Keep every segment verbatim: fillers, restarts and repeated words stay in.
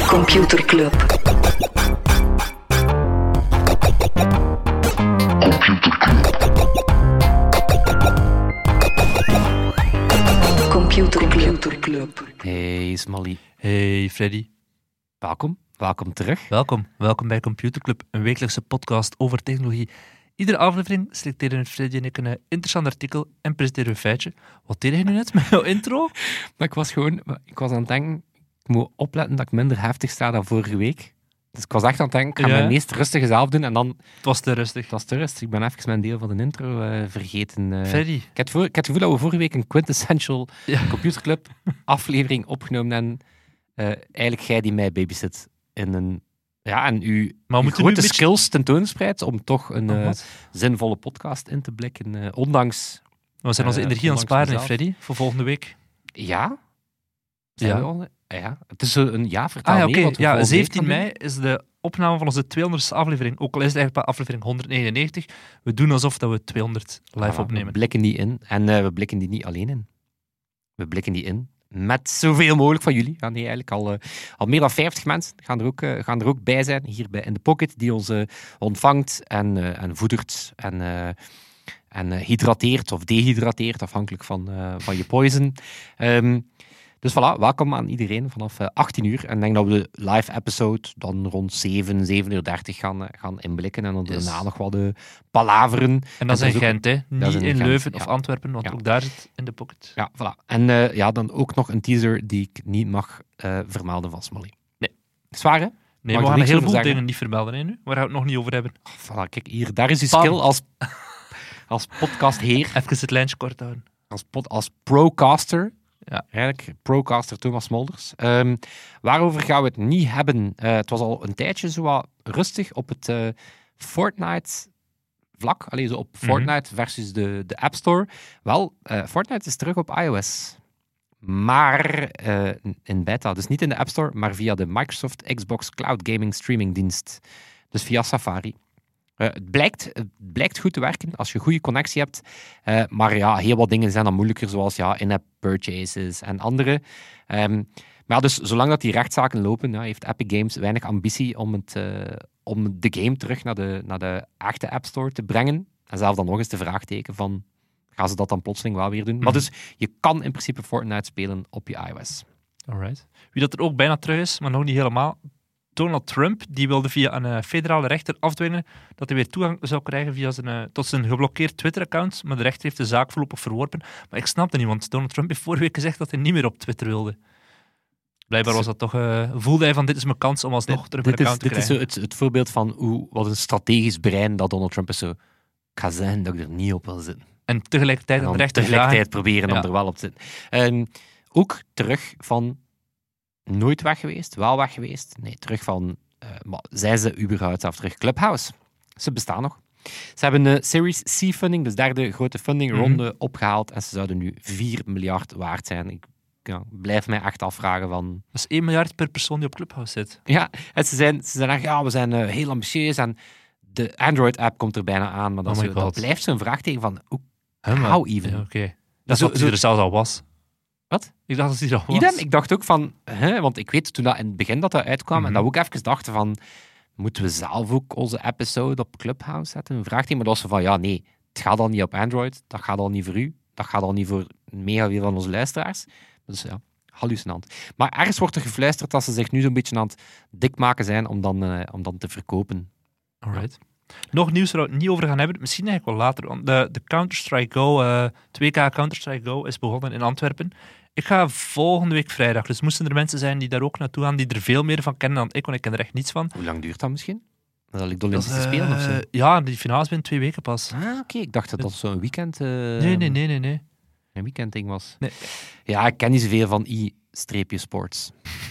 Computer Club. Computer Computer Club. Hey Smally. Hey Freddy. Welkom. Welkom terug. Welkom. Welkom bij Computer Club, een wekelijkse podcast over technologie. Iedere aflevering selecteren Freddy en ik een interessant artikel en presenteren een feitje. Wat deed je nu net met jouw intro? Maar ik was gewoon, ik was aan het denken, ik moet opletten dat ik minder heftig sta dan vorige week. Dus ik was echt aan het denken, ik ga Ja. mijn meest rustige zelf doen en dan... Het was te rustig. Het was te rustig. Ik ben even mijn deel van de intro uh, vergeten. Uh, Freddy. ik, heb voor, ik heb het gevoel dat we vorige week een quintessential Ja. Computer Club aflevering opgenomen en uh, eigenlijk jij die mij babysit in een... Ja, en u, Maar we uw moeten grote nu een beetje- skills tentoonspreidt om toch een Oh, uh, wat? zinvolle podcast in te blikken, uh, ondanks... We zijn onze Eh, energie aan het ondanks sparen, hè, mezelf. Freddy, voor volgende week. Ja? Zijn Ja. we al- ja. Het is zo een ja, vertaal Ah ja, mee oké. wat we Ja, volgende week zeventien gaan mei is de opname van onze tweehonderdste aflevering. Ook al is het eigenlijk pas aflevering honderdnegenennegentig. We doen alsof dat we tweehonderd doen. live Voilà, opnemen. We blikken die in. En uh, we blikken die niet alleen in. We blikken die in met zoveel mogelijk van jullie. Ja, nee, eigenlijk al, uh, al meer dan vijftig mensen gaan er ook, uh, gaan er ook bij zijn, hier bij In The Pocket, die ons uh, ontvangt en, uh, en voedert en, uh, en uh, hydrateert of dehydrateert, afhankelijk van, uh, van je poison. Um, dus voilà, welkom aan iedereen vanaf uh, achttien uur. En ik denk dat we de live episode dan rond zeven, zeven uur dertig gaan, uh, gaan inblikken. En dan Yes. daarna nog wat de palaveren. En dat is in is ook- Gent, hè. is Niet in in Gent, Leuven ja. of Antwerpen, want Ja. ook daar zit In The Pocket. Ja, voilà. En uh, ja, dan ook nog een teaser die ik niet mag uh, vermelden van Smally. Nee. Zwaar, hè? Nee, Mag we ik er gaan een niks over heleboel zeggen? dingen niet vermelden, hè, nu. Waar gaan we het nog niet over hebben? Voilà, kijk hier, daar is uw Bam. skill als, als podcastheer, Even het lijntje kort houden. als, pod, als procaster. Ja. Eigenlijk, procaster Thomas Smolders. Um, waarover gaan we het niet hebben? Uh, het was al een tijdje zo wat rustig op het uh, Fortnite-vlak. Allee, zo op Mhm. Fortnite versus de, de App Store. Wel, uh, Fortnite is terug op iOS. Maar uh, in beta, dus niet in de App Store, maar via de Microsoft Xbox Cloud Gaming Streaming dienst. Dus via Safari. Uh, het, blijkt, het blijkt goed te werken als je een goede connectie hebt. Uh, maar ja, heel wat dingen zijn dan moeilijker, zoals ja, in-app purchases en andere. Um, maar ja, dus zolang dat die rechtszaken lopen, ja, heeft Epic Games weinig ambitie om, het, uh, om de game terug naar de, naar de echte App Store te brengen. En zelf dan nog eens de vraagteken van, gaan ze dat dan plotseling wel weer doen? Mhm. Maar dus, je kan in principe Fortnite spelen op je iOS. Alright. Wie dat er ook bijna terug is, maar nog niet helemaal. Donald Trump die wilde via een uh, federale rechter afdwingen dat hij weer toegang zou krijgen via zijn, uh, tot zijn geblokkeerd Twitter-account. Maar de rechter heeft de zaak voorlopig verworpen. Maar ik snap het niet, want Donald Trump heeft vorige week gezegd dat hij niet meer op Twitter wilde. Blijkbaar was dat toch... Uh, voelde hij van, dit is mijn kans om alsnog terug Dit mijn is, account te dit is krijgen. zo het, het voorbeeld van hoe, wat een strategisch brein dat Donald Trump is. Zo, ik ga zeggen dat ik er niet op wil zitten. En tegelijkertijd En aan dan de rechter tegelijkertijd vragen. proberen om Ja. er wel op te zitten. En ook terug van nooit weg geweest, wel weg geweest. Nee, terug van, uh, maar zijn ze überhaupt af terug? Clubhouse. Ze bestaan nog. Ze hebben een Series C funding, dus derde grote fundingronde, Mhm. opgehaald. En ze zouden nu vier miljard waard zijn. Ik ja, blijf mij echt afvragen van... Dat is één miljard per persoon die op Clubhouse zit. Ja, en ze zijn, ze zijn echt, ja, we zijn uh, heel ambitieus en de Android-app komt er bijna aan, maar dat, Oh is my zo- dat God. blijft zo'n vraagteken van, hoe, Huh, maar- how even? Ja, Oké. Dat Zo- is wat zo- hij er zelfs al was. Wat? Ik dacht dat hij er al was. Idem, ik dacht ook van, hè, want ik weet toen dat in het begin dat dat uitkwam, Mhm. en dat we ook even dachten van, moeten we zelf ook onze episode op Clubhouse zetten? Een vraagteken, maar dat was zo van, ja, nee, het gaat al niet op Android, dat gaat al niet voor u, dat gaat al niet voor mega veel van onze luisteraars. Dus ja, hallucinant. Maar ergens wordt er gefluisterd dat ze zich nu zo'n beetje aan het dik maken zijn om dan, uh, om dan te verkopen. Alright. Nog nieuws waar we het niet over gaan hebben, misschien eigenlijk wel later. want De, de Counter-Strike Go, uh, twee K Counter-Strike Go is begonnen in Antwerpen. Ik ga volgende week vrijdag, dus moesten er mensen zijn die daar ook naartoe gaan, die er veel meer van kennen dan ik, want ik ken er echt niets van. Hoe lang duurt dat misschien? Dan zal ik de Dat is, Olympische eh, Spelen of zo? Ja, die finales binnen twee weken pas. Ah, oké. Ik dacht dat dat zo'n weekend... uh, Nee, nee, nee, nee, nee. Een weekendding was. Nee. Ja, ik ken niet zoveel van i-sports.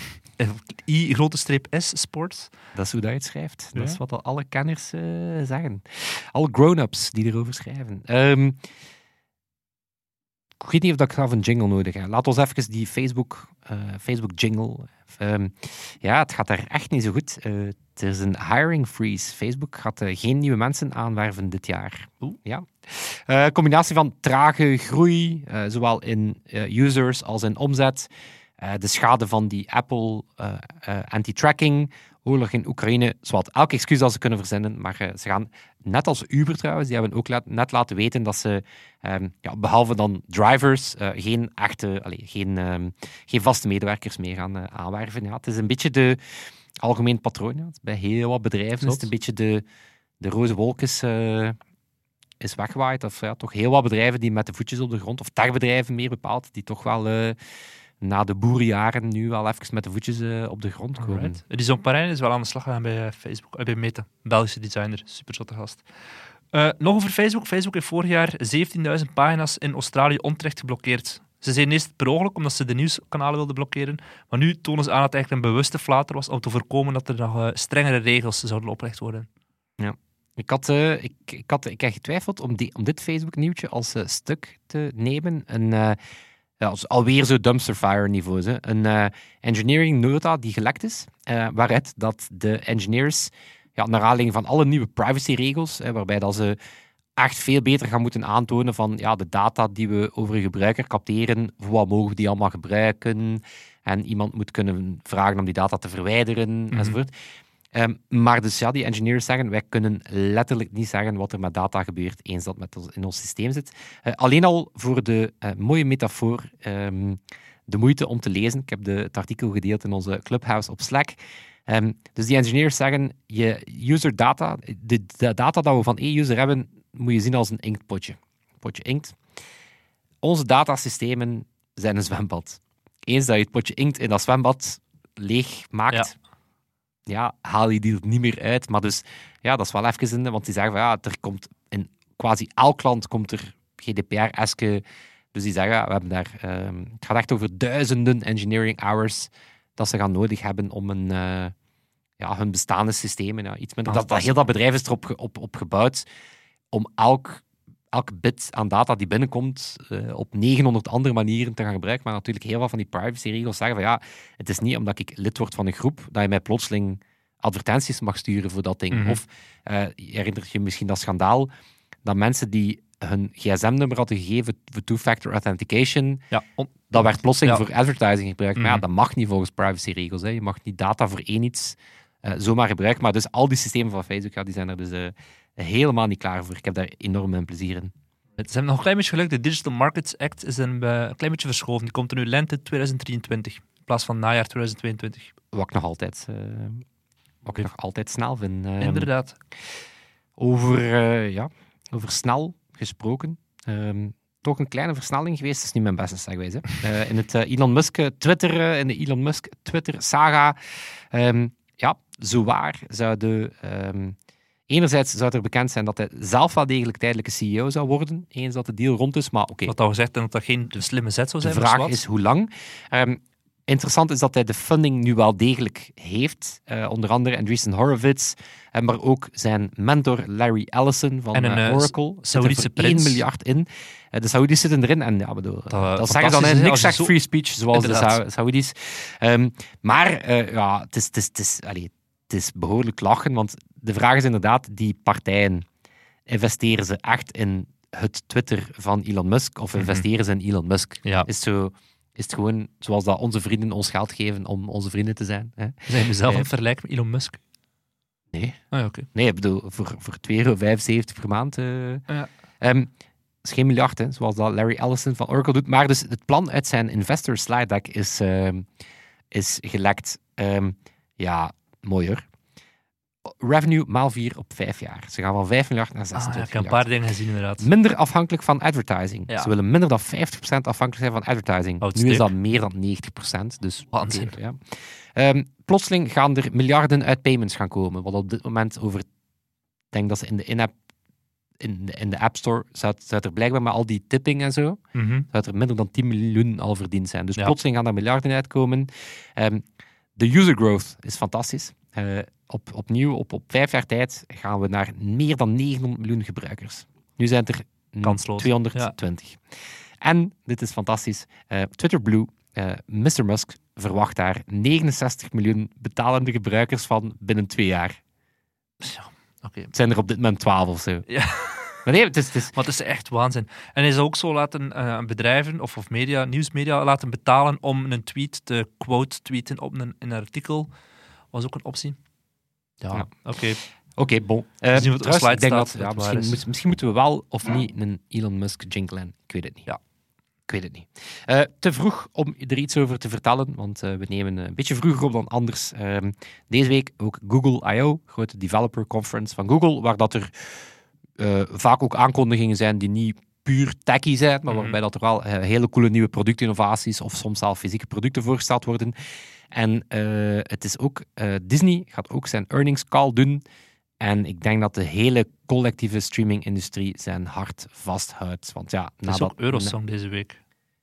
I, grote streep S, Sports. Dat is hoe dat je het schrijft. Dat Ja. is wat al alle kenners uh, zeggen. Alle grown-ups die erover schrijven. Um, ik weet niet of ik zelf een jingle nodig heb. Laat ons even die Facebook, uh, Facebook jingle. Um, ja, het gaat daar echt niet zo goed. Uh, het is een hiring freeze. Facebook gaat uh, geen nieuwe mensen aanwerven dit jaar. Oeh. Ja. Uh, combinatie van trage groei, uh, zowel in uh, users als in omzet. uh, de schade van die Apple uh, uh, anti-tracking, oorlog in Oekraïne, zowat elk excuus dat ze kunnen verzinnen, maar uh, ze gaan, net als Uber trouwens, die hebben ook laat, net laten weten dat ze, um, ja, behalve dan drivers, uh, geen echte, allez, geen, um, geen vaste medewerkers meer gaan uh, aanwerven. Ja, het is een beetje de algemeen patroon. Ja. Bij heel wat bedrijven Zot. is het een beetje de, de roze wolk is, uh, is weggewaaid. Of ja, toch heel wat bedrijven die met de voetjes op de grond, of techbedrijven meer bepaald, die toch wel uh, na de boerenjaren nu wel even met de voetjes uh, op de grond komen. Right. Edison Parijn is wel aan de slag gegaan bij uh, Facebook, uh, bij Meta. Belgische designer, super zotte gast. Uh, nog over Facebook. Facebook heeft vorig jaar zeventienduizend pagina's in Australië onterecht geblokkeerd. Ze zeiden eerst per ongeluk, omdat ze de nieuwskanalen wilden blokkeren. Maar nu tonen ze aan dat het eigenlijk een bewuste flater was om te voorkomen dat er nog uh, strengere regels zouden opgelegd worden. Ja. Ik had, uh, ik, ik had ik heb getwijfeld om, die, om dit Facebook-nieuwtje als uh, stuk te nemen. Een, uh, ja, als alweer zo dumpster fire niveau. Hè. Een uh, engineering nota die gelekt is, uh, waaruit dat de engineers, ja, naar aanleiding van alle nieuwe privacyregels, uh, waarbij dat ze echt veel beter gaan moeten aantonen van ja, de data die we over een gebruiker capteren, voor wat mogen we die allemaal gebruiken? En iemand moet kunnen vragen om die data te verwijderen, mm-hmm. enzovoort. Um, maar dus ja, die engineers zeggen, wij kunnen letterlijk niet zeggen wat er met data gebeurt eens dat met ons, in ons systeem zit. Uh, alleen al voor de uh, mooie metafoor, um, de moeite om te lezen. Ik heb de, het artikel gedeeld in onze Clubhouse op Slack. Um, dus die engineers zeggen, je user data, de, de data dat we van één user hebben, moet je zien als een inktpotje. Potje inkt. Onze datasystemen zijn een zwembad. Eens dat je het potje inkt in dat zwembad leeg maakt, ja. Ja, haal je die er niet meer uit. Maar dus, ja, dat is wel even in, want die zeggen van ja, er komt in quasi elk land komt er G D P R-eske. Dus die zeggen, ja, we hebben daar, um, het gaat echt over duizenden engineering hours dat ze gaan nodig hebben om een, uh, ja, hun bestaande systemen, ja, iets minder. Dat, dat, heel dat bedrijf is erop op, op gebouwd om elk, elk bit aan data die binnenkomt uh, op negenhonderd andere manieren te gaan gebruiken. Maar natuurlijk heel veel van die privacyregels zeggen van ja, het is niet omdat ik lid word van een groep dat je mij plotseling advertenties mag sturen voor dat ding. Mm-hmm. Of uh, herinnert je misschien dat schandaal dat mensen die hun gsm-nummer hadden gegeven voor two-factor authentication, ja, on- dat werd plotseling ja. voor advertising gebruikt. Mm-hmm. Maar ja, dat mag niet volgens privacyregels. Hè. Je mag niet data voor één iets uh, zomaar gebruiken. Maar dus al die systemen van Facebook, ja, die zijn er dus uh, helemaal niet klaar voor. Ik heb daar enorm mijn plezier in. Het is nog een klein beetje gelukt. De Digital Markets Act is een, uh, een klein beetje verschoven. Die komt er nu lente tweeduizend drieëntwintig in plaats van najaar tweeduizend tweeëntwintig. Wat ik nog altijd, uh, wat ik nog altijd snel vind. Uh, Inderdaad. Over, uh, ja, over snel gesproken. Um, toch een kleine versnelling geweest. Dat is niet mijn beste segways. Uh, in het uh, Elon Musk Twitter, uh, in de Elon Musk Twitter saga. Um, ja, zowaar zou de... Um, Enerzijds zou er bekend zijn dat hij zelf wel degelijk tijdelijke C E O zou worden, eens dat de deal rond is, maar oké. Okay. Wat al gezegd en dat dat geen slimme zet zou zijn. De vraag is hoe lang. Um, interessant is dat hij de funding nu wel degelijk heeft. Uh, onder andere Andreessen Horowitz, uh, maar ook zijn mentor Larry Ellison van een, uh, Oracle. Saoedische prins. één miljard in. Uh, de Saoedi's zitten erin. En ja, bedoel, dat, uh, dat zeggen ze dan in niks zegt zo... free speech, zoals Inderdaad. de Saoedi's. Um, maar uh, ja, het is... Het is, het is allez, Het is behoorlijk lachen, want de vraag is inderdaad, die partijen, investeren ze echt in het Twitter van Elon Musk of investeren ze in Elon Musk? Ja. Is, zo, is het gewoon zoals dat onze vrienden ons geld geven om onze vrienden te zijn? Hè? Zijn we zelf aan het vergelijken met Elon Musk? Nee. Ah, okay. Nee, ik bedoel, voor, voor twee euro vijfenzeventig per maand. Uh, ja. um, dat is geen miljard, hè, zoals dat Larry Ellison van Oracle doet. Maar dus het plan uit zijn investor slide deck is, uh, is gelekt. Um, ja... Mooi hoor. Revenue maal vier op vijf jaar. Ze gaan van vijf miljard naar zesentwintig ah, ja, ik heb een paar dingen gezien inderdaad. Minder afhankelijk van advertising. Ja. Ze willen minder dan vijftig procent afhankelijk zijn van advertising. Oh, nu is dat meer dan negentig procent. Dus waanzin. Okay, ja. um, plotseling gaan er miljarden uit payments gaan komen. Wat op dit moment over... Ik denk dat ze in de in-app in de, in de App Store zou, zou er blijkbaar met al die tipping en zo, mm-hmm. zou er minder dan tien miljoen al verdiend zijn. Dus ja. plotseling gaan er miljarden uitkomen. Um, De user growth is fantastisch. Uh, op, opnieuw, op, op vijf jaar tijd gaan we naar meer dan negenhonderd miljoen gebruikers. Nu zijn het er Kansloos. tweehonderdtwintig. Ja. En, dit is fantastisch, uh, Twitter Blue, uh, mister Musk verwacht daar negenenzestig miljoen betalende gebruikers van binnen twee jaar. Ja, okay. Het zijn er op dit moment twaalf of zo. Ja. Maar nee, het is... Het is Maar het is echt waanzin. En hij zou ook zo laten uh, bedrijven of, of media, nieuwsmedia laten betalen om een tweet te quote-tweeten op een, een artikel. Was ook een optie. Ja, Ja. oké. Okay. Oké, okay, bon. Uh, We zien wat er op trouwens, ik denk slide dat, staat, ja, wat misschien, waar is. moet- misschien moeten we wel of niet een Elon Musk jingle in. Ik weet het niet. Ja. Ik weet het niet. Uh, te vroeg om er iets over te vertellen, want uh, we nemen een beetje vroeger op dan anders. Um, deze week ook Google I O, grote developer conference van Google, waar dat er uh, vaak ook aankondigingen zijn die niet puur techy zijn, maar Mhm. waarbij dat er wel uh, hele coole nieuwe productinnovaties of soms zelf fysieke producten voorgesteld worden. En uh, het is ook, uh, Disney gaat ook zijn earnings call doen. En ik denk dat de hele collectieve streaming-industrie zijn hart vasthoudt. Want ja, Het is nadat... ook Eurosong deze week.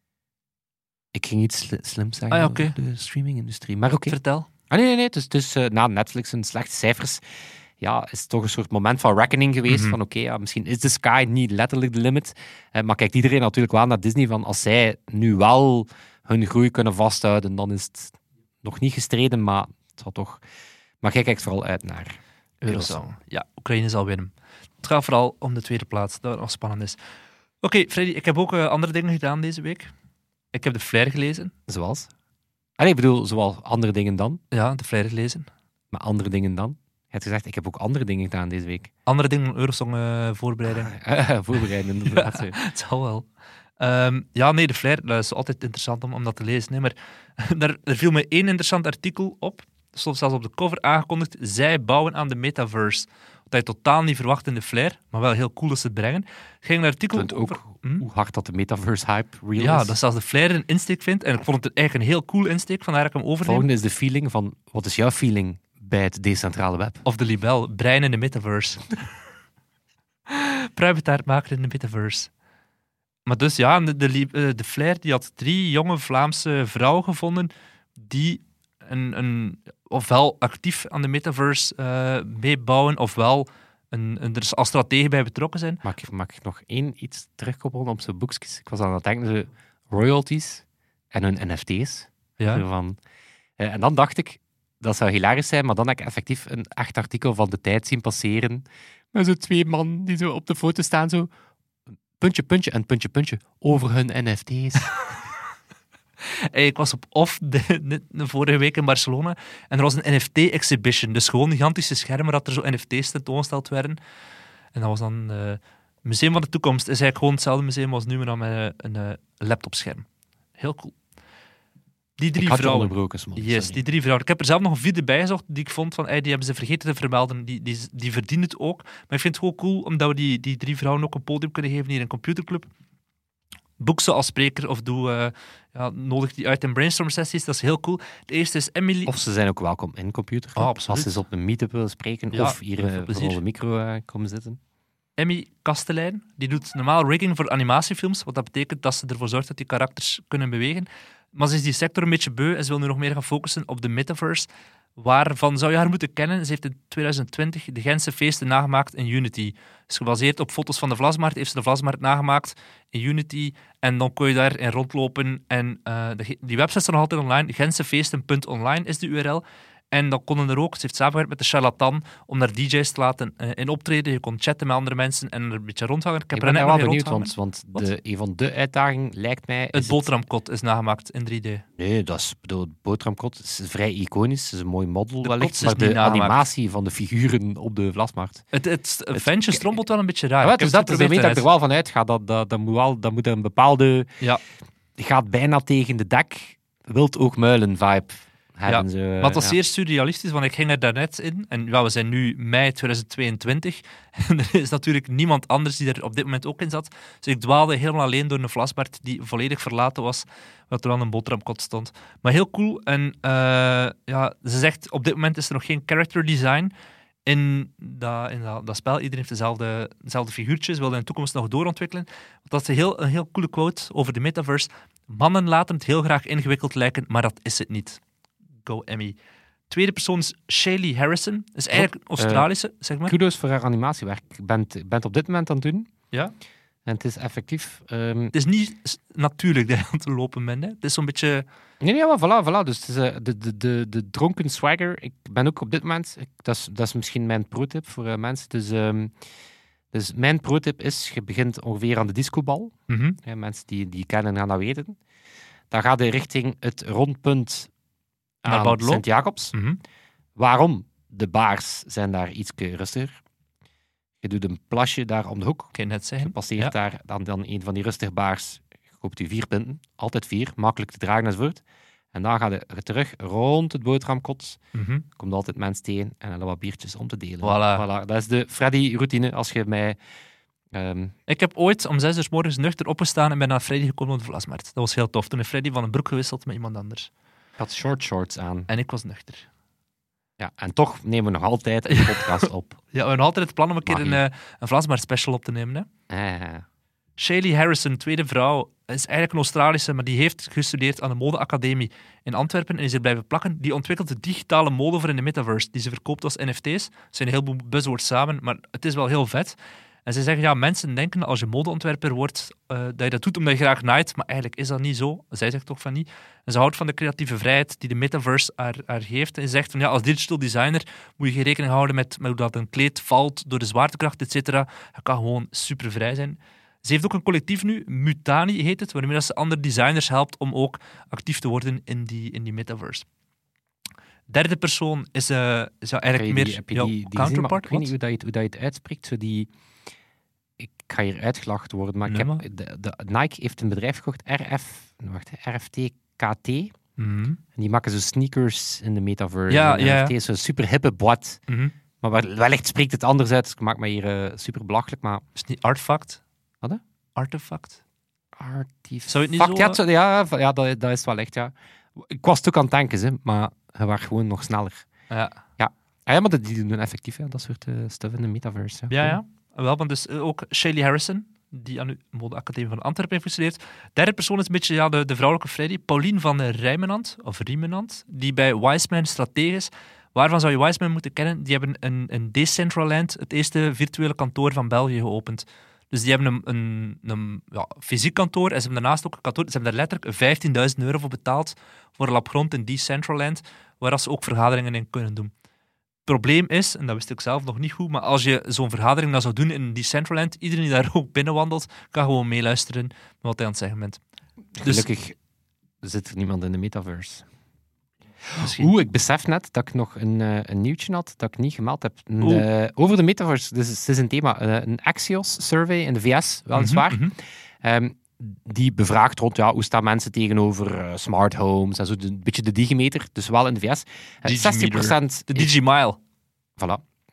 Ik ging iets sli- slims zeggen Ah ja, over oké. de streaming-industrie. Maar oké. Vertel. Ah, nee, nee, nee. Dus, dus uh, na Netflix en slechte cijfers ja, is het toch een soort moment van reckoning geweest. Mhm. Van oké, ja, misschien is de sky niet letterlijk de limit. Uh, maar kijkt iedereen natuurlijk wel naar Disney van als zij nu wel hun groei kunnen vasthouden, dan is het nog niet gestreden, maar het zal toch... Maar jij kijkt vooral uit naar Eurosong. Ja, Oekraïne zal winnen. Het gaat vooral om de tweede plaats, dat nog spannend is. Oké, okay, Freddy, ik heb ook uh, andere dingen gedaan deze week. Ik heb de Flair gelezen. Zoals? Ah, nee, ik bedoel, zoals andere dingen dan. Ja, de Flair gelezen. Maar andere dingen dan? Je hebt gezegd, ik heb ook andere dingen gedaan deze week. Andere dingen dan Eurosong uh, voorbereiding. Uh, voorbereiden, inderdaad. Ja, het zal wel. Um, ja, nee, de Flair, dat is altijd interessant om, om dat te lezen. Hè. Maar daar, er viel me één interessant artikel op. Er stond zelfs op de cover aangekondigd. Zij bouwen aan de metaverse. Wat je totaal niet verwacht in de Flair, maar wel heel cool dat ze het brengen. Het ging een artikel Het over... ook Hm? hoe hard dat de metaverse-hype real Ja, is. dat zelfs de Flair een insteek vindt. En ik vond het eigenlijk een heel cool insteek, vandaar dat ik hem overneem. Volgende is de feeling van, wat is jouw feeling bij het decentrale web? Of de libel, brein in de metaverse. Pruimentaart maken in de metaverse. Maar dus ja, de, de, de Flair die had drie jonge Vlaamse vrouwen gevonden die een, een, ofwel actief aan de metaverse uh, meebouwen, ofwel een, een, er als stratege bij betrokken zijn. Mag ik, mag ik nog één iets terugkoppelen op zijn boekjes? Ik was aan het denken, de royalties en hun N F T's. Ja. Van, uh, en dan dacht ik, dat zou hilarisch zijn, maar dan heb ik effectief een echt artikel van de tijd zien passeren. Met zo twee man die zo op de foto staan, zo puntje, puntje en puntje, puntje over hun N F T's. Hey, ik was op O F de, de, de vorige week in Barcelona en er was een N F T-exhibition. Dus gewoon gigantische schermen dat er zo N F T's tentoongesteld werden. En dat was dan... Uh, het Museum van de Toekomst is eigenlijk gewoon hetzelfde museum als nu, maar dan met een, een laptopscherm. Heel cool. Die drie ik had je vrouwen. onderbroken, Smol, Yes, sorry. die drie vrouwen. Ik heb er zelf nog een vierde bijgezocht die ik vond van, hey, die hebben ze vergeten te vermelden. Die, die, die verdienen het ook. Maar ik vind het gewoon cool omdat we die, die drie vrouwen ook een podium kunnen geven hier in Computerclub. Boek ze als spreker of doe, uh, ja, nodig die uit in brainstorm sessies. Dat is heel cool. De eerste is Emily. Of ze zijn ook welkom in computer. Ah, absoluut. Als ze eens op een meetup willen spreken Ja, of hier heel uh, veel voor plezier. onze micro uh, komen zitten. Emmy Kastelein, die doet normaal rigging voor animatiefilms, wat dat betekent dat ze ervoor zorgt dat die karakters kunnen bewegen. Maar ze is die sector een beetje beu en ze wil nu nog meer gaan focussen op de metaverse. Waarvan zou je haar moeten kennen? Ze heeft in twintig twintig de Gentse feesten nagemaakt in Unity. Dus gebaseerd op foto's van de Vlasmarkt heeft ze de Vlasmarkt nagemaakt in Unity. En dan kon je daarin rondlopen. En uh, de, die website is nog altijd online. gentsefeesten punt online is de U R L. En dan konden er ook, ze heeft samengewerkt met de Charlatan om naar D J's te laten uh, in optreden. Je kon chatten met andere mensen en er een beetje rondhangen. Ik heb Ik er ben net daar nog wel in benieuwd, rondhangen. want, want de, een van de uitdagingen lijkt mij... Het is boterhamkot is nagemaakt in drie D. Nee, dat is, bedoel, het boterhamkot is vrij iconisch. Het is een mooi model De wellicht, kots is maar de niet nagemaakt. animatie van de figuren op de Vlasmarkt... Het, het, het ventje strompelt wel een beetje raar. Ja, Ik heb dus het dat is de geprobeerd moment dat ik er eruit. wel van uitga. Dat, dat, dat, moet wel, dat moet een bepaalde... Ja. Gaat bijna tegen de dek, wilt ook muilen vibe hebben. Ja, Ze, Maar het was ja. zeer surrealistisch, want ik ging er daarnet in. En ja, we zijn nu mei tweeduizend tweeëntwintig. En er is natuurlijk niemand anders die er op dit moment ook in zat. Dus ik dwaalde helemaal alleen door een Vlasmarkt die volledig verlaten was, wat er aan een boterhamkot stond. Maar heel cool. En uh, ja, ze zegt, op dit moment is er nog geen character design in dat, in dat, dat spel. Iedereen heeft dezelfde, dezelfde figuurtjes, wil in de toekomst nog doorontwikkelen. Dat is een heel, een heel coole quote over de metaverse. Mannen laten het heel graag ingewikkeld lijken, maar dat is het niet. Go Emmy. Tweede persoon is Shaylee Harrison. Dat is eigenlijk een Australische, zeg maar. Kudos voor haar animatiewerk. Ik ben, het- ik ben het op dit moment aan het doen. Ja. En het is effectief... ehm, Het is niet s- natuurlijk dat je aan het lopen bent. Hè. Het is zo'n beetje... Nee, nee, maar voilà, voilà. Dus het is, eh, de, de, de, de dronken swagger. Ik ben ook op dit moment... Ik, dat, is, dat is misschien mijn pro-tip voor eh, mensen. Dus, ehm, Dus mijn pro-tip is, je begint ongeveer aan de discobal. Mhm. Ja, mensen die die kennen gaan dat weten. Dan gaat je richting het rondpunt Naar aan Boudelot? Sint-Jacobs. Mhm. Waarom? De baars zijn daar iets rustiger. Je doet een plasje daar om de hoek. Ik kan net Je zeggen. passeert Ja. daar dan, dan een van die rustige baars. Je koopt je vier pinten. Altijd vier. Makkelijk te dragen enzovoort. En dan ga je terug rond het boterhamkot. Mhm. Komt altijd mensen tegen en hebben wat biertjes om te delen. Voilà. Dat is de Freddy-routine. Als je mij... ehm, Ik heb ooit om zes uur 's morgens nuchter opgestaan en ben naar Freddy gekomen op de Vlasmarkt. Dat was heel tof. Toen heeft Freddy van een broek gewisseld met iemand anders. ik had short shorts aan. En ik was nuchter. Ja, en toch nemen we nog altijd een podcast op. Ja, we hebben altijd het plan om een keer Mag een, niet. eh, een Vlasmarkt special op te nemen. Hè? Eh, Shaylee Harrison, tweede vrouw, is eigenlijk een Australische, maar die heeft gestudeerd aan de modeacademie in Antwerpen en is er blijven plakken. Die ontwikkelt de digitale mode voor in de metaverse, die ze verkoopt als N F T's. Er zijn een heleboel buzzwords samen, maar het is wel heel vet. En ze zeggen, ja, mensen denken als je modeontwerper wordt, uh, dat je dat doet omdat je graag naait, maar eigenlijk is dat niet zo. Zij zegt toch van niet. En ze houdt van de creatieve vrijheid die de metaverse haar, haar geeft. En ze zegt van, ja, als digital designer moet je geen rekening houden met, met hoe dat een kleed valt door de zwaartekracht, et cetera. Je kan gewoon super vrij zijn. Ze heeft ook een collectief nu, Mutani heet het, waarmee dat ze andere designers helpt om ook actief te worden in die, in die metaverse. Derde persoon is, uh, is ja, eigenlijk heb je meer die, heb je jouw die, die gezien? Maar counterpart. ik weet niet Wat? hoe, dat je, het- hoe dat je het uitspreekt. Zo die, ik ga hier uitgelachen worden, maar, Nee, ik heb, maar. de, de, Nike heeft een bedrijf gekocht, R F, wacht, hè, R F T K T. Mhm. En die maken zo sneakers in de metaverse. Ja, En ja, R F T is zo'n super hippe boîte. Mhm. Maar wel- wellicht spreekt het anders uit. Dus ik maak me hier uh, super belachelijk. Maar Is het niet Artefact? Wat, hè? Artefact? artifact. Zou je het niet zo, Ja, het zo- ja, ja dat, dat is wel echt, ja. Ik was het ook aan het denken, hè, maar je was gewoon nog sneller. Ja, Ah, ja, maar dat- die doen effectief, hè, dat soort uh, stuff in de metaverse. ja. ja. Wel, want dus uh, ook Shaylee Harrison, die aan de modeacademie van Antwerpen heeft gestudeerd. Derde persoon is een beetje ja, de, de vrouwelijke Freddy, Pauline van Rijmenand, of Riemenand, die bij Wiseman strategisch. Waarvan zou je Wiseman moeten kennen? Die hebben een, een Decentraland, het eerste virtuele kantoor van België, geopend. Dus die hebben een, een, een ja, fysiek kantoor en ze hebben daarnaast ook een kantoor. Ze hebben daar letterlijk vijftienduizend euro voor betaald voor een lap grond in Decentraland, waar ze ook vergaderingen in kunnen doen. Het probleem is, en dat wist ik zelf nog niet goed, maar als je zo'n vergadering dan zou doen in Decentraland, iedereen die daar ook binnenwandelt, kan gewoon meeluisteren met wat hij aan het zeggen bent. Dus Gelukkig zit er niemand in de metaverse. misschien... Oeh, ik besef net dat ik nog een, uh, een nieuwtje had dat ik niet gemeld heb. Een, Oeh. uh, over de metaverse. Dus het is een thema. Uh, een Axios-survey in de V S, weliswaar. Mhm, mhm. Um, die bevraagt rond ja, hoe staan mensen tegenover uh, smart homes en zo, een beetje de digimeter, dus wel in de V S. Uh, zestig procent De Digimile. Voilà.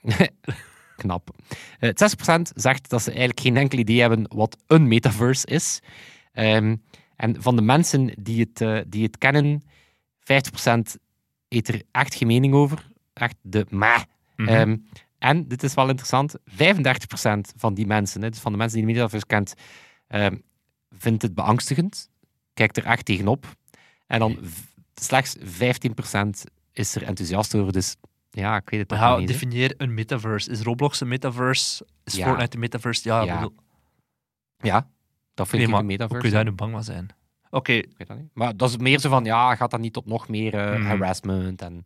Knap. Uh, zestig procent zegt dat ze eigenlijk geen enkel idee hebben wat een metaverse is. Um, en van de mensen die het, uh, die het kennen, vijftig procent heeft er echt geen mening over. Echt de ma. Mhm. Um, en, dit is wel interessant, vijfendertig procent van die mensen, hè, dus van de mensen die de metaverse kent, um, vindt het beangstigend. Kijkt er echt tegenop. En dan v- slechts vijftien procent is er enthousiast over. Dus ja, ik weet het toch Ja, niet. hè. definieer een metaverse. Is Roblox een metaverse? Is Ja. Fortnite een metaverse? Ja, Ja. bedoel- Ja, dat vind Nee, ik maar een hoe metaverse. kun je daar nu bang van zijn? Oké, Ik weet dat niet. Maar dat is meer zo van, ja, gaat dat niet tot nog meer uh, Mhm. harassment? En...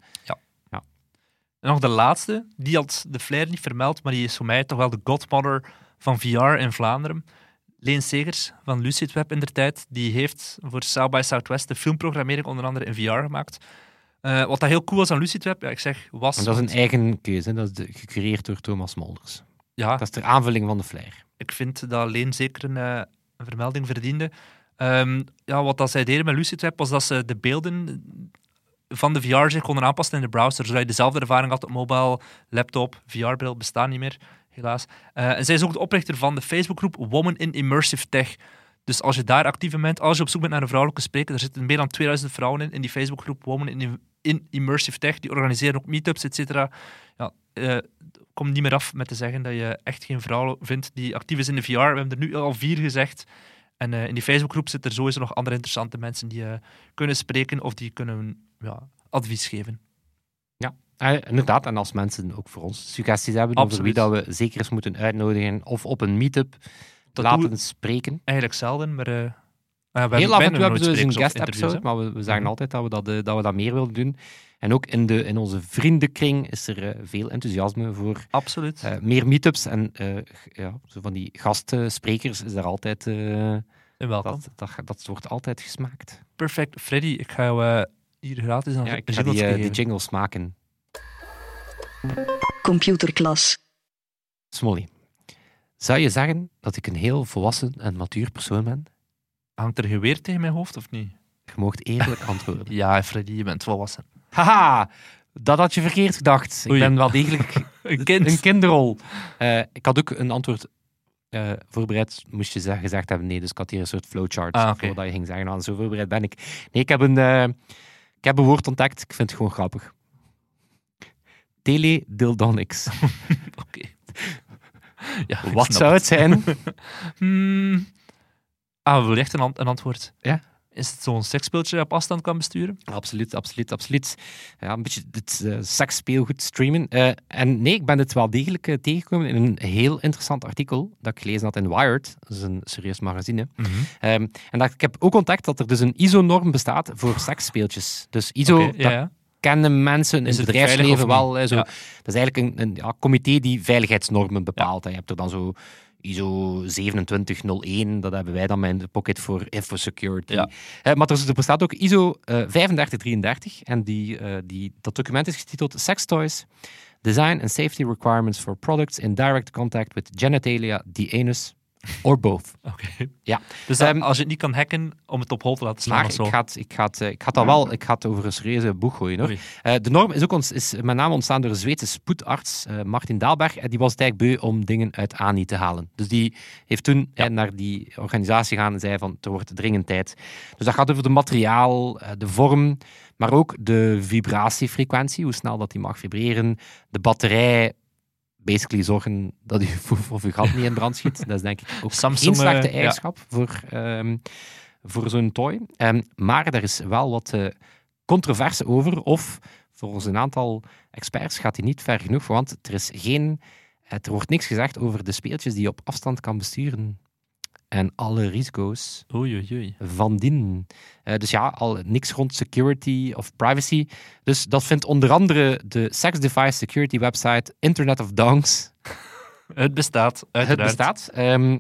en nog de laatste. Die had de flyer niet vermeld, maar die is voor mij toch wel de godmother van V R in Vlaanderen. Leen Segers van Lucid Web in der tijd, die heeft voor South by Southwest de filmprogrammering onder andere in V R gemaakt. Uh, wat dat heel cool was aan Lucid Web, ja, ik zeg, was... En dat is want- een eigen keuze, hè. Dat is de, gecureerd door Thomas Molders. Ja, Dat is ter aanvulling van de flyer. ik vind dat Leen zeker een, uh, een vermelding verdiende. Um, ja, wat dat zij deden met Lucid Web was dat ze de beelden van de V R zich konden aanpassen in de browser, zodat je dezelfde ervaring had op mobile, laptop, V R-bril bestaan niet meer, helaas. Uh, en zij is ook de oprichter van de Facebookgroep Women in Immersive Tech. Dus als je daar actief in bent, als je op zoek bent naar een vrouwelijke spreker, er zitten meer dan tweeduizend vrouwen in, in die Facebookgroep Women in, in Immersive Tech. Die organiseren ook meetups, et cetera. Ja, uh, kom niet meer af met te zeggen dat je echt geen vrouw vindt die actief is in de V R. We hebben er nu al vier gezegd. En uh, in die Facebookgroep zitten er sowieso nog andere interessante mensen die uh, kunnen spreken of die kunnen ja, advies geven. Ja, uh, inderdaad. En als mensen ook voor ons suggesties hebben Absoluut. over wie dat we zeker eens moeten uitnodigen of op een meetup Dat laten doen we spreken. eigenlijk zelden, maar uh, Uh, we Heel af en toe bijna hebben nooit ze dus een sprekers of guest interviews, episode, hè. maar we, we zeggen Mhm. altijd dat we dat, eh, dat we dat meer willen doen. En ook in, de, in onze vriendenkring is er eh, veel enthousiasme voor Absoluut. eh, meer meetups. En eh, g- ja, zo van die gastsprekers is daar altijd... eh, En welkom. dat, dat, dat wordt altijd gesmaakt. Perfect. Freddy, ik ga jou eh, hier gratis aan Ja, ik een ga die, jingletje eh, die geven. jingles maken. Computerklas. Smolly, zou je zeggen dat ik een heel volwassen en matuur persoon ben? Hangt er geweer tegen mijn hoofd of niet? Je moogt eerlijk antwoorden. Ja, Freddy, je bent volwassen. Haha, dat had je verkeerd gedacht. Ik Oei. ben wel degelijk Een kind. een kinderrol. Eh, ik had ook een antwoord eh, voorbereid, moest je zeg- gezegd hebben. Nee, dus ik had hier een soort flowchart Ah, oké. voordat je ging zeggen, nou, zo voorbereid ben ik. Nee, ik heb een, eh, ik heb een woord ontdekt. Ik vind het gewoon grappig. Teledildonics. Oké. Ja, ik Wat snap zou het zijn? Hmm. Ah, wil je echt een, ant- een antwoord? Ja. Is het zo'n seksspeeltje dat op afstand kan besturen? Absoluut, absoluut, absoluut. Ja, een beetje het uh, seksspeelgoed streamen. Uh, en nee, ik ben het wel degelijk uh, tegengekomen in een heel interessant artikel dat ik gelezen had in Wired. Dat is een serieus magazine. Mm-hmm. Um, en dat, ik heb ook ontdekt dat er dus een I S O-norm bestaat voor seksspeeltjes. Dus I S O, Okay, dat ja, ja. kennen mensen in Is het het veilig bedrijfsleven of wel. niet? Hè, zo. Ja. Dat is eigenlijk een, een ja, comité die veiligheidsnormen bepaalt. Ja. Je hebt er dan zo I S O zevenentwintig nul één, dat hebben wij dan met in de pocket voor infosecurity. Ja. Uh, maar er, er bestaat ook I S O uh, vijfendertig drieëndertig en die, uh, die, dat document is getiteld Sex Toys, Design and Safety Requirements for Products in Direct Contact with Genitalia, the Anus, or both. Oké. Ja. Dus dat, Um, als je het niet kan hacken, om het op hol te laten slaan Maar of zo. ik ga, het, ik, ga het, ik ga het al wel, ik ga het over een serieuze boeg gooien. Hoor. Uh, de norm is ook ons, is met name ontstaan door een Zweedse spoedarts, uh, Martin Daalberg. En die was het eigenlijk beu om dingen uit A N I te halen. Dus die heeft toen ja. uh, naar die organisatie gegaan en zei van, er wordt dringend tijd. Dus dat gaat over de materiaal, uh, de vorm, maar ook de vibratiefrequentie, hoe snel dat die mag vibreren, de batterij. Basically zorgen dat je foef of je gat niet in brand schiet. Dat is denk ik ook Samsung, geen slechte uh, eigenschap ja. voor, um, voor zo'n toy. Um, maar er is wel wat uh, controverse over. Of volgens een aantal experts gaat die niet ver genoeg. Want er is geen... Er wordt niks gezegd over de speeltjes die je op afstand kan besturen. En alle risico's oei, oei, oei. van dien. Uh, dus ja, al niks rond security of privacy. Dus dat vindt onder andere de sex device security website Internet of Dongs. Het bestaat, uiteraard. Het bestaat. Um,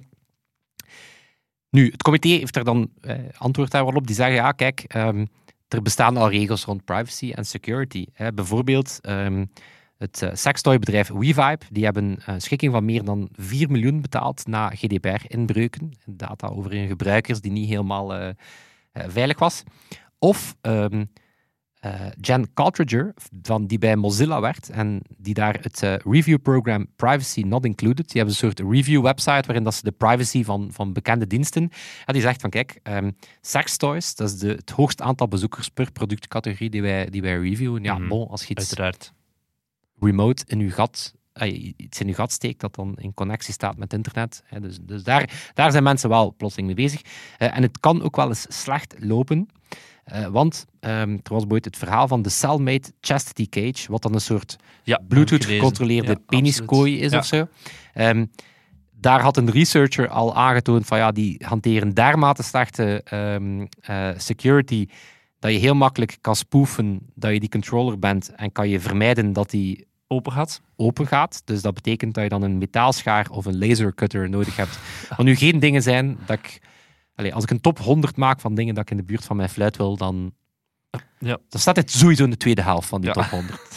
nu, het comité heeft er dan uh, antwoord daar wel op. Die zeggen, ja, kijk, um, er bestaan al regels rond privacy en security. Hè. Bijvoorbeeld... Um, Het uh, sextoybedrijf WeVibe, die hebben een schikking van meer dan vier miljoen betaald na G D P R-inbreuken. Data over hun gebruikers die niet helemaal uh, uh, veilig was. Of um, uh, Jen Cartridger, van, die bij Mozilla werkt en die daar het uh, review-program Privacy Not Included, die hebben een soort review-website waarin dat ze de privacy van, van bekende diensten... Ja, die zegt van, kijk, um, sextoys, dat is de, het hoogste aantal bezoekers per productcategorie die wij, die wij reviewen. Ja, mm-hmm. bon, als je iets... Uiteraard. remote in uw gat, uh, iets in uw gat steekt dat dan in connectie staat met internet. Hè. Dus, dus daar, daar zijn mensen wel plotseling mee bezig. Uh, en het kan ook wel eens slecht lopen, uh, want um, er was bijvoorbeeld het verhaal van de Cellmate Chastity Cage, wat dan een soort ja, Bluetooth-gecontroleerde ja, peniskooi is ja. of zo. Um, daar had een researcher al aangetoond van ja, die hanteren dermate slechte um, uh, security dat je heel makkelijk kan spoofen dat je die controller bent en kan je vermijden dat die open gaat. open gaat. Dus dat betekent dat je dan een metaalschaar of een lasercutter nodig hebt. Wat nu geen dingen zijn dat ik... Allez, als ik een top honderd maak van dingen dat ik in de buurt van mijn fluit wil, dan, ja. dan staat het sowieso in de tweede helft van die ja. top honderd.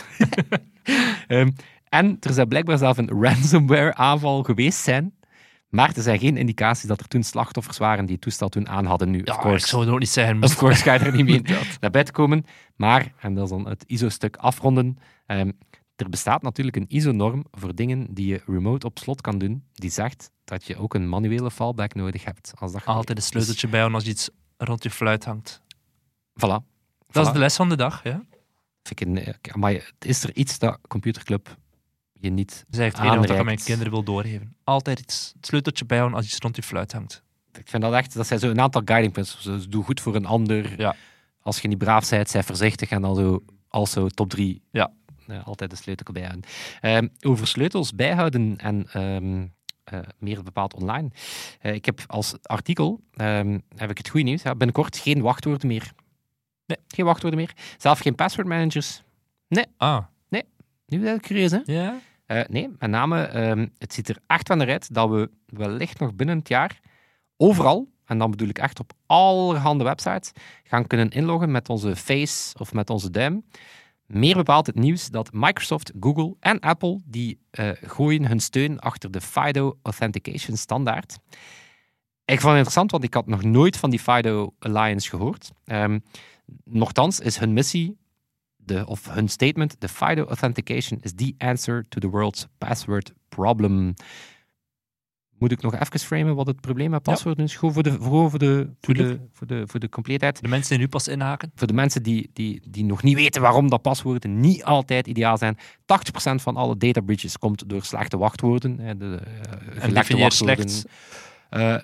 um, en er zou blijkbaar zelf een ransomware aanval geweest zijn. Maar er zijn geen indicaties dat er toen slachtoffers waren die het toestel toen aan hadden nu. Ja, of course, ik zou het ook niet zeggen. Of course ga je er niet mee naar buiten komen. Maar, en dat is dan het I S O-stuk afronden, um, er bestaat natuurlijk een I S O-norm voor dingen die je remote op slot kan doen, die zegt dat je ook een manuele fallback nodig hebt. Als dat altijd een sleuteltje bij als je iets rond je fluit hangt. Voilà. Dat voilà. is de les van de dag, ja. Ik, maar is er iets dat Computerclub je niet dat is eigenlijk het enige wat ik aan mijn kinderen wil doorgeven. Altijd iets, het sleuteltje bijhouden als iets rond je fluit hangt. Ik vind dat echt, dat zijn zo een aantal guiding principles. Dus doe goed voor een ander. Ja. Als je niet braaf bent, zij voorzichtig en dan zo, also top drie. Ja. Ja, altijd de sleutel bijhouden. Um, over sleutels bijhouden en um, uh, meer bepaald online. Uh, ik heb als artikel, um, heb ik het goede nieuws, ja, binnenkort geen wachtwoorden meer. Nee, geen wachtwoorden meer. Zelf geen password managers. Nee. Ah. Nee. Nu ben ik curieus, hè? Ja. Uh, nee, met name, um, het ziet er echt van eruit dat we wellicht nog binnen het jaar overal, en dan bedoel ik echt op allerhande websites, gaan kunnen inloggen met onze face of met onze duim. Meer bepaald het nieuws dat Microsoft, Google en Apple die uh, gooien hun steun achter de FIDO Authentication standaard. Ik vond het interessant, want ik had nog nooit van die FIDO Alliance gehoord. Um, nochtans is hun missie, de, of hun statement, the FIDO Authentication is the answer to the world's password problem. Moet ik nog even framen wat het probleem met paswoorden is? Gewoon voor de, voor, voor, de, voor, de, voor, de, voor de compleetheid. De mensen die nu pas inhaken. Voor de mensen die, die, die nog niet weten waarom dat paswoorden niet altijd ideaal zijn. tachtig procent van alle data breaches komt door slechte wachtwoorden. De, de, uh, en definieer slecht. Uh,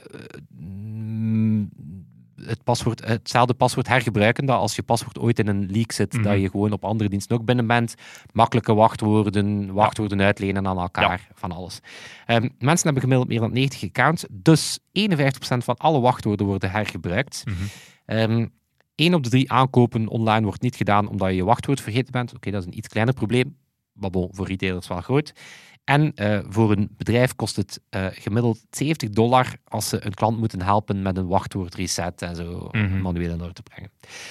mm, het paswoord, hetzelfde paswoord hergebruiken, dat als je paswoord ooit in een leak zit, mm-hmm. dat je gewoon op andere diensten ook binnen bent. Makkelijke wachtwoorden, wachtwoorden ja. uitlenen aan elkaar, ja. van alles. Um, mensen hebben gemiddeld meer dan negentig accounts, dus eenenvijftig procent van alle wachtwoorden worden hergebruikt. Mm-hmm. Um, één op de drie aankopen online wordt niet gedaan omdat je je wachtwoord vergeten bent. Oké, okay, dat is een iets kleiner probleem, maar bon, voor retailers wel groot. En uh, voor een bedrijf kost het uh, gemiddeld zeventig dollar als ze een klant moeten helpen met een wachtwoordreset en zo mm-hmm. manueel in orde te brengen.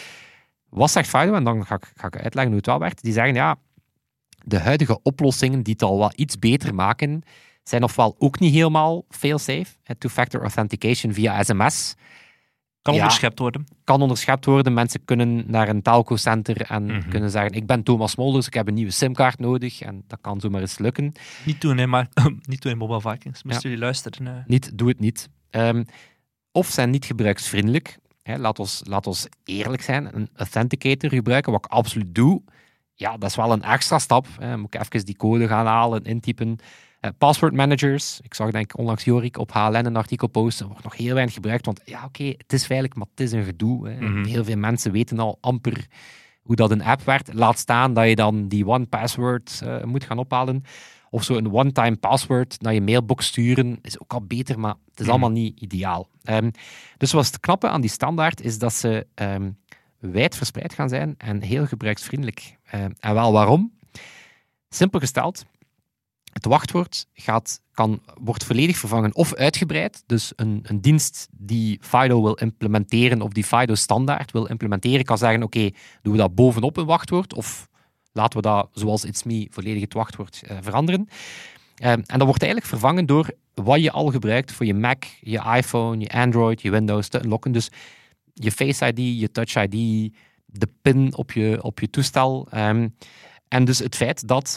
Wat zegt FIDO? En dan ga ik, ga ik uitleggen hoe het wel werkt. Die zeggen, ja, de huidige oplossingen die het al wat iets beter maken, zijn ofwel ook niet helemaal fail-safe. Two-factor authentication via sms. Kan ja, onderschept worden. Kan onderschept worden. Mensen kunnen naar een telco-center en mm-hmm. kunnen zeggen, ik ben Thomas Molders, ik heb een nieuwe simkaart nodig. En dat kan zomaar eens lukken. Niet doen, hè, maar niet doen in Mobile Vikings. Moesten ja. jullie luisteren? Uh. Niet, doe het niet. Um, of zijn niet gebruiksvriendelijk. Hè, laat, ons, laat ons eerlijk zijn. Een authenticator gebruiken, wat ik absoluut doe. Ja, dat is wel een extra stap. Hè. Moet ik even die code gaan halen, intypen. Uh, password managers. Ik zag denk ik onlangs Jorik op H L N een artikel posten. Wordt nog heel weinig gebruikt, want ja, oké, okay, het is veilig, maar het is een gedoe. Hè. Mm-hmm. Heel veel mensen weten al amper hoe dat een app werkt. Laat staan dat je dan die one password uh, moet gaan ophalen. Of zo een one-time password naar je mailbox sturen is ook al beter, maar het is mm-hmm. allemaal niet ideaal. Um, dus wat het knappe aan die standaard is dat ze um, wijd verspreid gaan zijn en heel gebruiksvriendelijk. Um, en wel waarom? Simpel gesteld. Het wachtwoord gaat, kan, wordt volledig vervangen of uitgebreid. Dus een, een dienst die FIDO wil implementeren of die FIDO-standaard wil implementeren, kan zeggen, oké, okay, doen we dat bovenop een wachtwoord of laten we dat, zoals It's Me, volledig het wachtwoord uh, veranderen. Uh, en dat wordt eigenlijk vervangen door wat je al gebruikt voor je Mac, je iPhone, je Android, je Windows te unlocken. Dus je Face I D, je Touch I D, de pin op je, op je toestel. Um, en dus het feit dat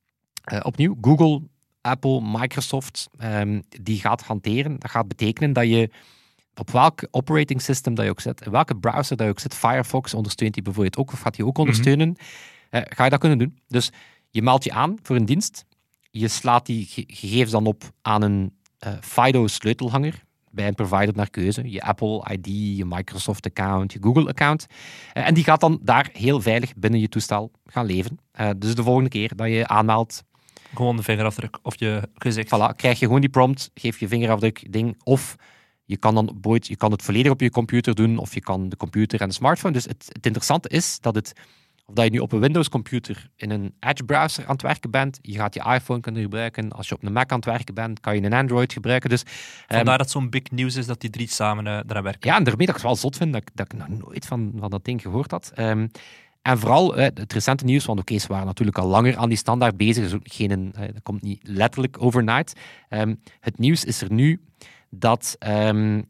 Uh, opnieuw, Google, Apple, Microsoft, um, die gaat hanteren. Dat gaat betekenen dat je op welk operating system dat je ook zit, in welke browser dat je ook zit, Firefox ondersteunt die bijvoorbeeld ook, of gaat die ook ondersteunen, mm-hmm. uh, ga je dat kunnen doen. Dus je meldt je aan voor een dienst, je slaat die ge- gegevens dan op aan een uh, FIDO-sleutelhanger bij een provider naar keuze, je Apple I D, je Microsoft-account, je Google-account. Uh, en die gaat dan daar heel veilig binnen je toestel gaan leven. Uh, dus de volgende keer dat je aanmeldt, gewoon de vingerafdruk of je gezicht. Voilà, krijg je gewoon die prompt, geef je vingerafdruk ding. Of je kan, dan boeit, je kan het volledig op je computer doen, of je kan de computer en de smartphone. Dus het, het interessante is dat, het, of dat je nu op een Windows-computer in een Edge-browser aan het werken bent, je gaat je iPhone kunnen gebruiken. Als je op een Mac aan het werken bent, kan je een Android gebruiken. Dus, Vandaar um, dat zo'n big news is dat die drie samen uh, eraan werken. Ja, en daarmee dat ik het wel zot vind dat, dat ik nog nooit van, van dat ding gehoord had. Um, En vooral eh, het recente nieuws, want oké, okay, ze waren natuurlijk al langer aan die standaard bezig, dus ook geen, eh, dat komt niet letterlijk overnight. Um, het nieuws is er nu dat, um,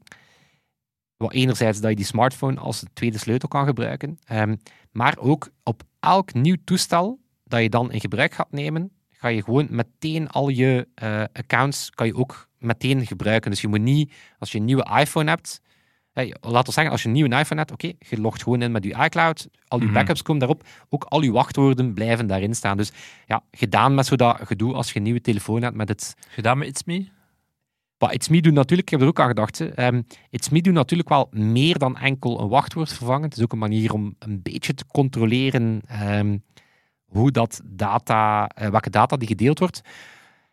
well, enerzijds dat je die smartphone als tweede sleutel kan gebruiken, um, maar ook op elk nieuw toestel dat je dan in gebruik gaat nemen, ga je gewoon meteen al je uh, accounts kan je ook meteen gebruiken. Dus je moet niet, als je een nieuwe iPhone hebt, Hey, laten we zeggen, als je een nieuwe iPhone hebt, oké, okay, je logt gewoon in met je iCloud, al je mm-hmm. backups komen daarop, ook al je wachtwoorden blijven daarin staan. Dus ja, gedaan met zo dat gedoe als je een nieuwe telefoon hebt met het... Gedaan met It's Me? But It's Me doen natuurlijk, ik heb er ook aan gedacht, um, It's Me doen natuurlijk wel meer dan enkel een wachtwoord vervangen. Het is ook een manier om een beetje te controleren um, hoe dat data, uh, welke data die gedeeld wordt.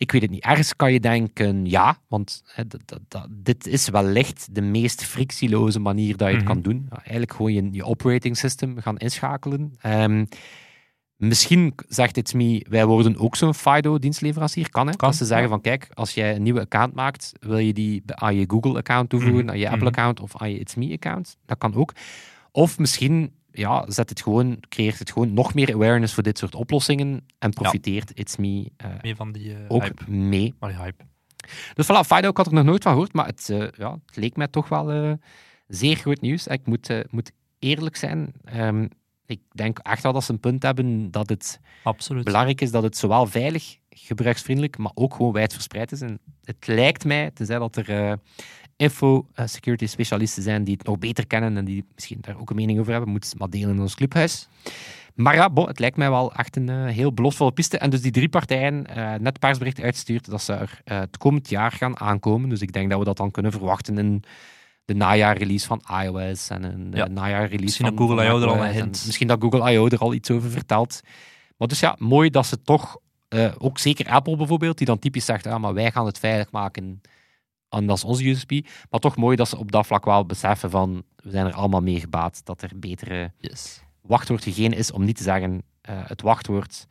Ik weet het niet. Ergens kan je denken, ja, want hè, dat, dat, dat, dit is wellicht de meest frictieloze manier dat je het Mhm. kan doen. Eigenlijk gewoon je, je operating system gaan inschakelen. Um, misschien zegt It's Me, wij worden ook zo'n FIDO-dienstleverancier. Kan, hè? Kan, Dat ze zeggen ja. van, kijk, als jij een nieuwe account maakt, wil je die aan je Google-account toevoegen, Mhm. aan je Mhm. Apple-account of aan je It's Me-account. Dat kan ook. Of misschien ja, zet het gewoon, creëert het gewoon nog meer awareness voor dit soort oplossingen en profiteert It's Me uh, Meer van die uh, ook hype. mee. Maar die hype. Dus voilà, Fido, ik had er nog nooit van gehoord, maar het, uh, ja, het leek mij toch wel uh, zeer goed nieuws. Ik moet, uh, moet eerlijk zijn. Um, ik denk echt wel dat ze een punt hebben dat het Absoluut. belangrijk is dat het zowel veilig, gebruiksvriendelijk, maar ook gewoon wijdverspreid is. En het lijkt mij, tenzij dat er uh, info-security specialisten zijn die het nog beter kennen en die misschien daar ook een mening over hebben, moeten ze maar delen in ons clubhuis. Maar ja, bo, het lijkt mij wel echt een uh, heel beloftevolle piste. En dus die drie partijen uh, net persbericht uitstuurt dat ze er uh, het komend jaar gaan aankomen. Dus ik denk dat we dat dan kunnen verwachten in de najaarrelease van iOS en een Ja. najaarrelease Misschien van dat Google I O er al een macOS en hint. Misschien dat Google I O er al iets over vertelt. Maar dus ja, mooi dat ze toch, uh, ook zeker Apple bijvoorbeeld, die dan typisch zegt, ja, maar wij gaan het veilig maken en dat is onze U S P. Maar toch mooi dat ze op dat vlak wel beseffen van, we zijn er allemaal mee gebaat, dat er betere Yes. wachtwoord gegeven is, om niet te zeggen uh, het wachtwoord.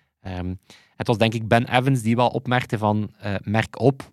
Um, het was denk ik Ben Evans die wel opmerkte van, uh, merk op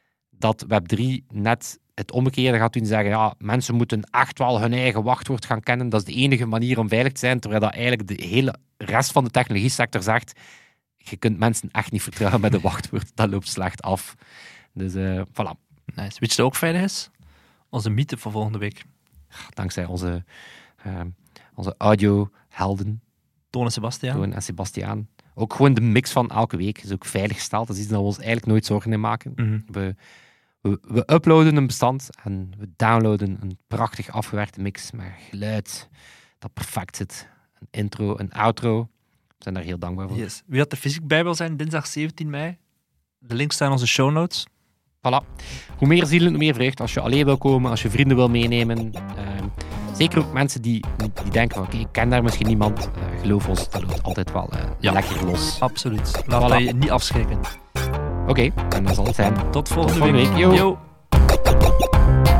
dat Web drie net het omgekeerde gaat doen, zeggen, ja, mensen moeten echt wel hun eigen wachtwoord gaan kennen, dat is de enige manier om veilig te zijn, terwijl dat eigenlijk de hele rest van de technologie sector zegt, je kunt mensen echt niet vertrouwen met een wachtwoord, dat loopt slecht af. Dus uh, voilà. Nice. Weet je wat ook veilig is? Onze meetup van volgende week. Dankzij onze, uh, onze audiohelden, Toon en Sebastiaan. Toon en Sebastiaan. Ook gewoon de mix van elke week is ook veilig gesteld. Dat is iets dat we ons eigenlijk nooit zorgen in maken. Mm-hmm. We, we, we uploaden een bestand en we downloaden een prachtig afgewerkte mix met geluid dat perfect zit. Een intro, een outro. We zijn daar heel dankbaar voor. Yes. Wie had de Fysiek Bijbel zijn, dinsdag zeventien mei? De links staan in onze show notes. Voilà. Hoe meer zielen, hoe meer vreugd. Als je alleen wil komen, als je vrienden wil meenemen. Uh, zeker ook mensen die, die denken van, oké, ik ken daar misschien niemand. Uh, geloof ons, dat loopt altijd wel uh, Ja. lekker los. Absoluut. Laat Voilà. dat je niet afschrikken. Oké, okay, en dat zal het zijn. Tot volgende, Tot volgende week. week. Yo. Yo.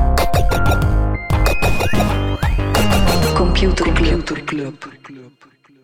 Computer Club.